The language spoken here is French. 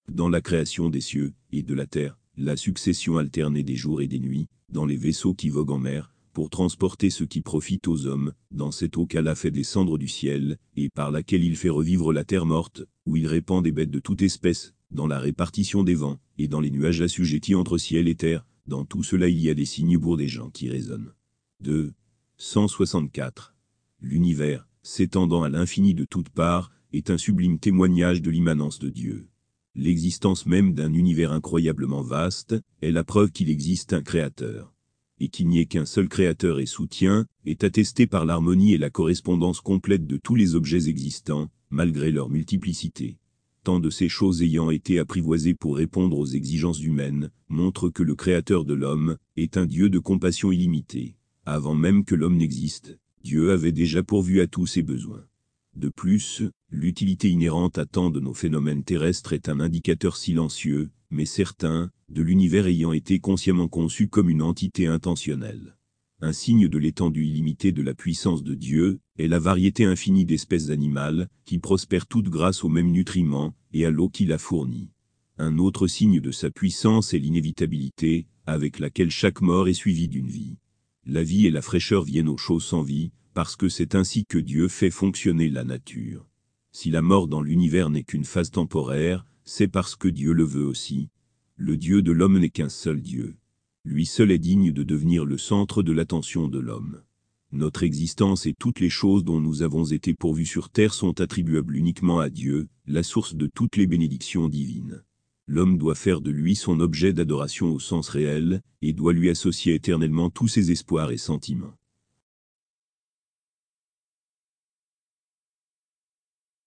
dans la création des cieux et de la terre, la succession alternée des jours et des nuits, dans les vaisseaux qui voguent en mer, pour transporter ce qui profite aux hommes, dans cette eau qu'Allah fait descendre du ciel, et par laquelle il fait revivre la terre morte, où il répand des bêtes de toute espèce, dans la répartition des vents, et dans les nuages assujettis entre ciel et terre, dans tout cela il y a des signes pour des gens qui raisonnent. 2. 164. L'univers, s'étendant à l'infini de toutes parts, est un sublime témoignage de l'immanence de Dieu. L'existence même d'un univers incroyablement vaste est la preuve qu'il existe un créateur. Et qu'il n'y ait qu'un seul créateur et soutien, est attesté par l'harmonie et la correspondance complète de tous les objets existants, malgré leur multiplicité. Tant de ces choses ayant été apprivoisées pour répondre aux exigences humaines, montrent que le créateur de l'homme est un Dieu de compassion illimitée. Avant même que l'homme n'existe, Dieu avait déjà pourvu à tous ses besoins. De plus, l'utilité inhérente à tant de nos phénomènes terrestres est un indicateur silencieux, mais certain, de l'univers ayant été consciemment conçu comme une entité intentionnelle. Un signe de l'étendue illimitée de la puissance de Dieu est la variété infinie d'espèces animales, qui prospèrent toutes grâce aux mêmes nutriments et à l'eau qu'il a fournie. Un autre signe de sa puissance est l'inévitabilité, avec laquelle chaque mort est suivie d'une vie. La vie et la fraîcheur viennent aux choses sans vie, parce que c'est ainsi que Dieu fait fonctionner la nature. Si la mort dans l'univers n'est qu'une phase temporaire, c'est parce que Dieu le veut aussi. Le Dieu de l'homme n'est qu'un seul Dieu. Lui seul est digne de devenir le centre de l'attention de l'homme. Notre existence et toutes les choses dont nous avons été pourvus sur terre sont attribuables uniquement à Dieu, la source de toutes les bénédictions divines. L'homme doit faire de lui son objet d'adoration au sens réel, et doit lui associer éternellement tous ses espoirs et sentiments.